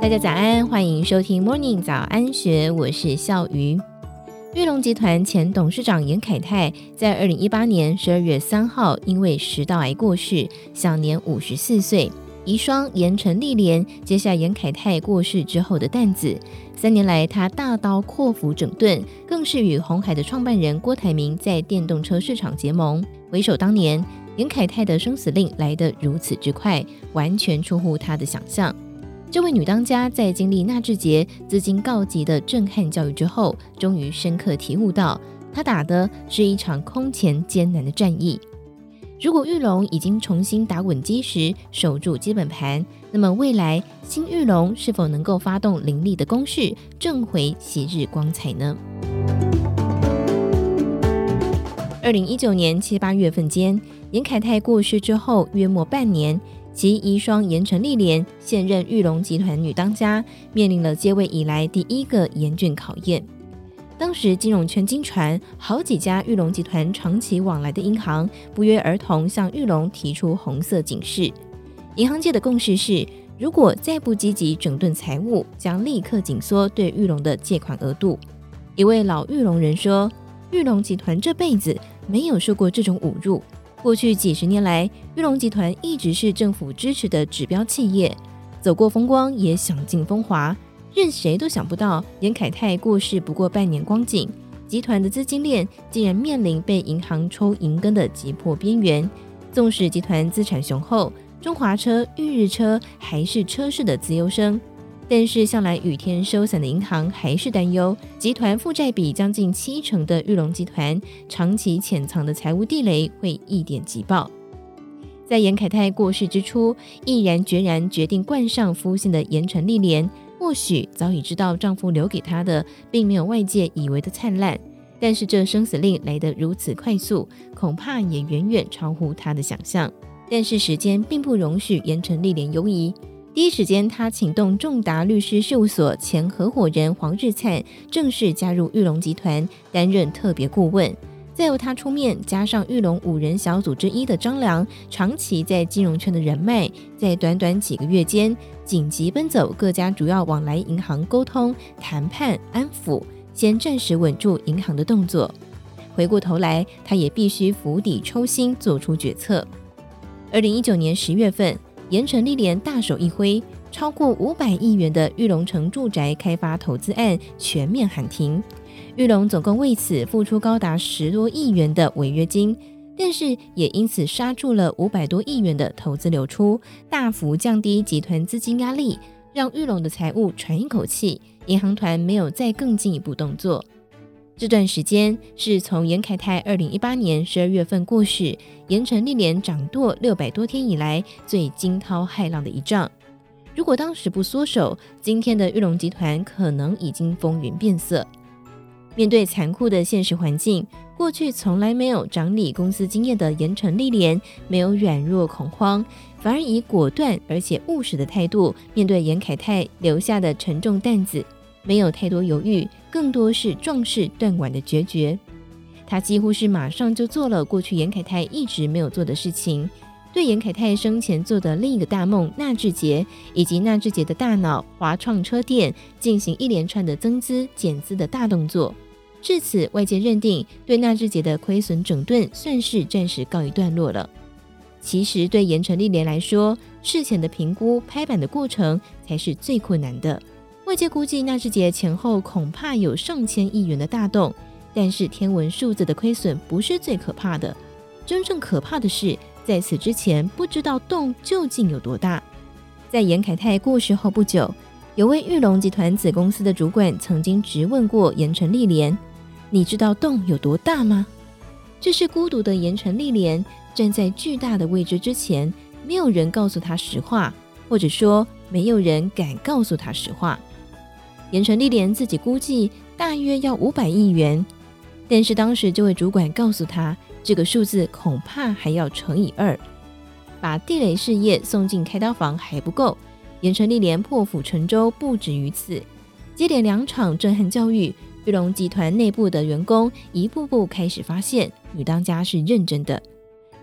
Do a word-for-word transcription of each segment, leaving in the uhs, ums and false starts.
大家早安，欢迎收听 Morning 早安学，我是笑瑜。裕隆集团前董事长严凯泰在二零一八年十二月三号因为食道癌过世，享年五十四岁。遗孀严陈丽莲接下严凯泰过世之后的担子，三年来他大刀阔斧整顿，更是与鸿海的创办人郭台铭在电动车市场结盟。回首当年，严凯泰的生死令来得如此之快，完全出乎他的想象。这位女当家在经历纳智捷资金告急的震撼教育之后，终于深刻体悟到，她打的是一场空前艰难的战役。如果裕隆已经重新打稳基石，守住基本盘，那么未来新裕隆是否能够发动凌厉的攻势，挣回昔日光彩呢？二零一九年七八月份间，严凯泰过世之后约莫半年，其遗孀严陈丽莲现任裕隆集团女当家，面临了接位以来第一个严峻考验。当时金融圈经传，好几家裕隆集团长期往来的银行不约而同向裕隆提出红色警示。银行界的共识是，如果再不积极整顿财务，将立刻紧缩对裕隆的借款额度。一位老裕隆人说，裕隆集团这辈子没有受过这种侮辱。过去几十年来，裕隆集团一直是政府支持的指标企业，走过风光，也享尽风华。任谁都想不到，严凯泰过世不过半年光景，集团的资金链竟然面临被银行抽银根的急迫边缘。纵使集团资产雄厚，中华车、裕日车还是车市的资优生，但是向来雨天收伞的银行还是担忧，集团负债比将近七成的裕隆集团长期潜藏的财务地雷会一点即爆。在严凯泰过世之初，毅然决然决定冠上夫姓的严陈丽莲，或许早已知道丈夫留给她的并没有外界以为的灿烂，但是这生死令来得如此快速，恐怕也远远超乎她的想象。但是时间并不容许严陈丽莲犹疑，第一时间她请动仲达律师事务所前合伙人黄日灿正式加入裕隆集团，担任特别顾问。再由他出面，加上裕隆五人小组之一的张良长期在金融圈的人脉，在短短几个月间紧急奔走各家主要往来银行沟通、谈判、安抚，先暂时稳住银行的动作。回过头来，他也必须釜底抽薪，做出决策。二零一九年十月份，严陈丽莲大手一挥，超过五百亿元的裕隆城住宅开发投资案全面喊停。裕隆总共为此付出高达十多亿元的违约金，但是也因此刹住了五百多亿元的投资流出，大幅降低集团资金压力，让裕隆的财务喘一口气，银行团没有再更进一步动作。这段时间是从严凯泰二零一八年十二月份过世，严陈丽莲掌舵六百多天以来最惊涛骇浪的一仗。如果当时不缩手，今天的裕隆集团可能已经风云变色。面对残酷的现实环境，过去从来没有掌理公司经验的严陈丽莲没有软弱恐慌，反而以果断而且务实的态度面对严凯泰留下的沉重担子，没有太多犹豫，更多是壮士断腕的决绝。他几乎是马上就做了过去严凯泰一直没有做的事情，对严凯泰生前做的另一个大梦纳智捷，以及纳智捷的大脑华创车店进行一连串的增资减资的大动作。至此，外界认定对纳智捷的亏损整顿算是暂时告一段落了。其实对严陈丽莲来说，事前的评估拍板的过程才是最困难的。外界估计纳智捷前后恐怕有上千亿元的大洞，但是天文数字的亏损不是最可怕的，真正可怕的是在此之前不知道洞究竟有多大。在严凯泰过世后不久，有位裕隆集团子公司的主管曾经质问过严陈丽莲，你知道洞有多大吗？这是孤独的严陈丽莲站在巨大的未知之前，没有人告诉他实话，或者说没有人敢告诉他实话。严陈丽莲自己估计大约要五百亿元，但是当时这位主管告诉他，这个数字恐怕还要乘以二。把地雷事业送进开刀房还不够，严陈丽莲破釜沉舟不止于此。接连两场震撼教育，裕隆集团内部的员工一步步开始发现女当家是认真的。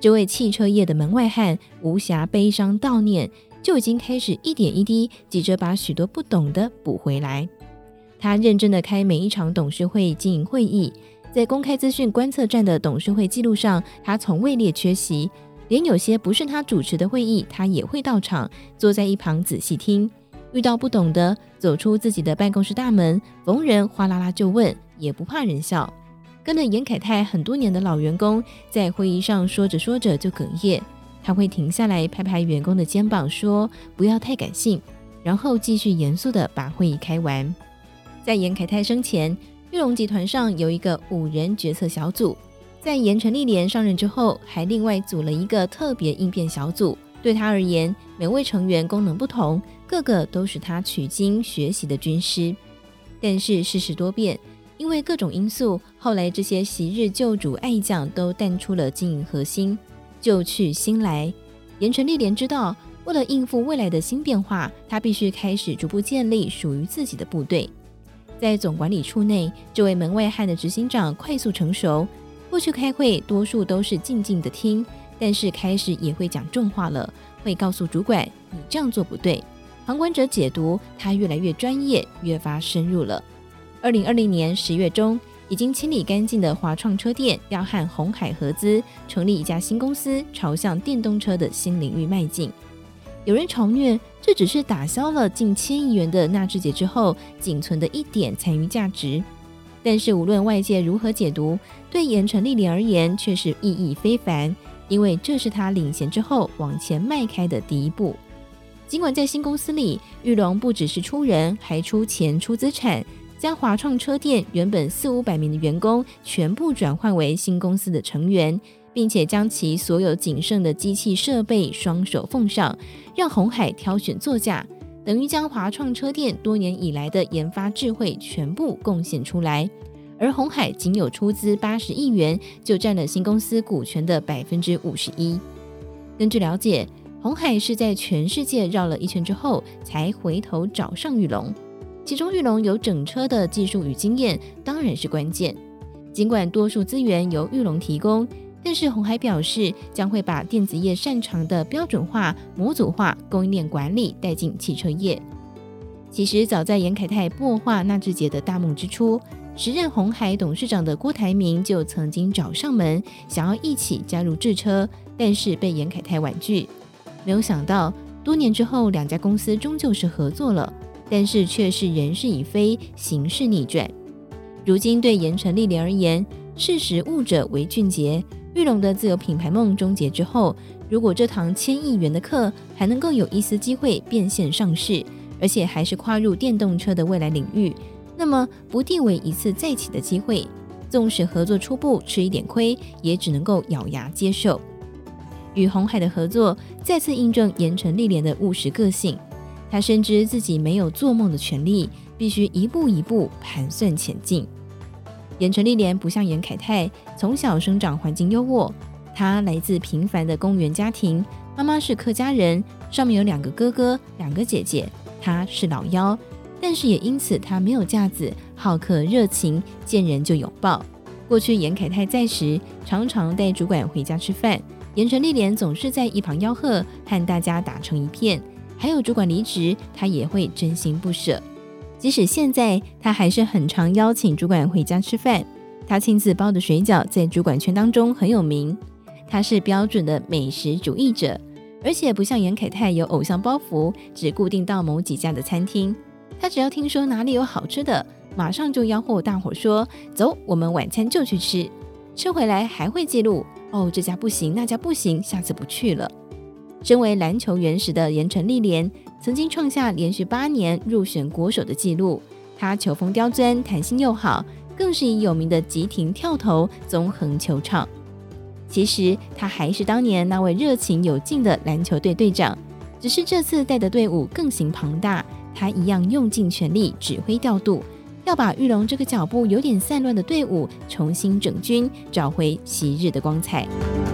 这位汽车业的门外汉无暇悲伤悼念，就已经开始一点一滴急着把许多不懂的补回来。他认真地开每一场董事会经营会议，在公开资讯观测站的董事会记录上，他从未列缺席，连有些不是他主持的会议，他也会到场，坐在一旁仔细听。遇到不懂的，走出自己的办公室大门，逢人哗啦啦就问，也不怕人笑。跟了严凯泰很多年的老员工，在会议上说着说着就哽咽，他会停下来拍拍员工的肩膀说不要太感性，然后继续严肃地把会议开完。在严凯泰生前，玉龙集团上有一个五人决策小组，在严陈立莲上任之后，还另外组了一个特别应变小组。对他而言，每位成员功能不同，个个都是他取经学习的军师。但是世事多变，因为各种因素，后来这些昔日旧主爱将都淡出了经营核心，旧去新来。严陈立莲知道，为了应付未来的新变化，他必须开始逐步建立属于自己的部队。在总管理处内，这位门外汉的执行长快速成熟，过去开会多数都是静静的听，但是开始也会讲重话了，会告诉主管你这样做不对。旁观者解读，他越来越专业，越发深入了。二零二零年十月中，已经清理干净的华创车店要和鸿海合资成立一家新公司，朝向电动车的新领域迈进。有人嘲虐，这只是打消了近千亿元的纳智捷之后仅存的一点残余价值。但是无论外界如何解读，对严陈立莲而言却是意义非凡，因为这是他领衔之后往前迈开的第一步。尽管在新公司里，玉龙不只是出人，还出钱出资产，将华创车店原本四五百名的员工全部转换为新公司的成员，并且将其所有仅剩的机器设备双手奉上，让鸿海挑选作价，等于将华创车店多年以来的研发智慧全部贡献出来。而鸿海仅有出资八十亿元，就占了新公司股权的百分之五十一。根据了解，鸿海是在全世界绕了一圈之后，才回头找上玉龙。其中玉龙有整车的技术与经验，当然是关键。尽管多数资源由玉龙提供，但是鸿海表示将会把电子业擅长的标准化、模组化、供应链管理带进汽车业。其实早在严凯泰擘画纳智捷的大梦之初，时任鸿海董事长的郭台铭就曾经找上门，想要一起加入智车，但是被严凯泰婉拒。没有想到多年之后，两家公司终究是合作了，但是却是人事已非，形势逆转。如今对严陈立莲而言，识时务者为俊杰。玉龙的自有品牌梦终结之后，如果这堂千亿元的课还能够有一丝机会变现上市，而且还是跨入电动车的未来领域，那么不定为一次再起的机会。纵使合作初步吃一点亏，也只能够咬牙接受。与鸿海的合作再次印证严陈立莲的务实个性，他深知自己没有做梦的权利，必须一步一步盘算前进。严陈立莲不像严凯泰，从小生长环境优渥，他来自平凡的公务员家庭，妈妈是客家人，上面有两个哥哥，两个姐姐，他是老幺，但是也因此他没有架子，好客热情，见人就拥抱。过去严凯泰在时，常常带主管回家吃饭，严陈立莲总是在一旁吆喝，和大家打成一片。还有主管离职，他也会真心不舍。即使现在，他还是很常邀请主管回家吃饭。他亲自包的水饺在主管圈当中很有名。他是标准的美食主义者，而且不像严凯泰有偶像包袱，只固定到某几家的餐厅。他只要听说哪里有好吃的，马上就吆喝大伙说：“走，我们晚餐就去吃。”吃回来还会记录：“哦，这家不行，那家不行，下次不去了。”身为篮球原石的严陈立莲，曾经创下连续八年入选国手的纪录。他球风刁钻，弹性又好，更是以有名的急停跳投纵横球场。其实他还是当年那位热情有劲的篮球队队长，只是这次带的队伍更形庞大，他一样用尽全力指挥调度，要把玉龙这个脚步有点散乱的队伍重新整军，找回昔日的光彩。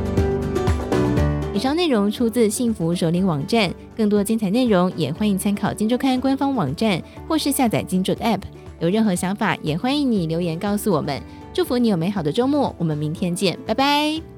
以上内容出自幸福首领网站，更多精彩内容也欢迎参考今周刊官方网站或是下载今周的 App。 有任何想法也欢迎你留言告诉我们。祝福你有美好的周末，我们明天见，拜拜。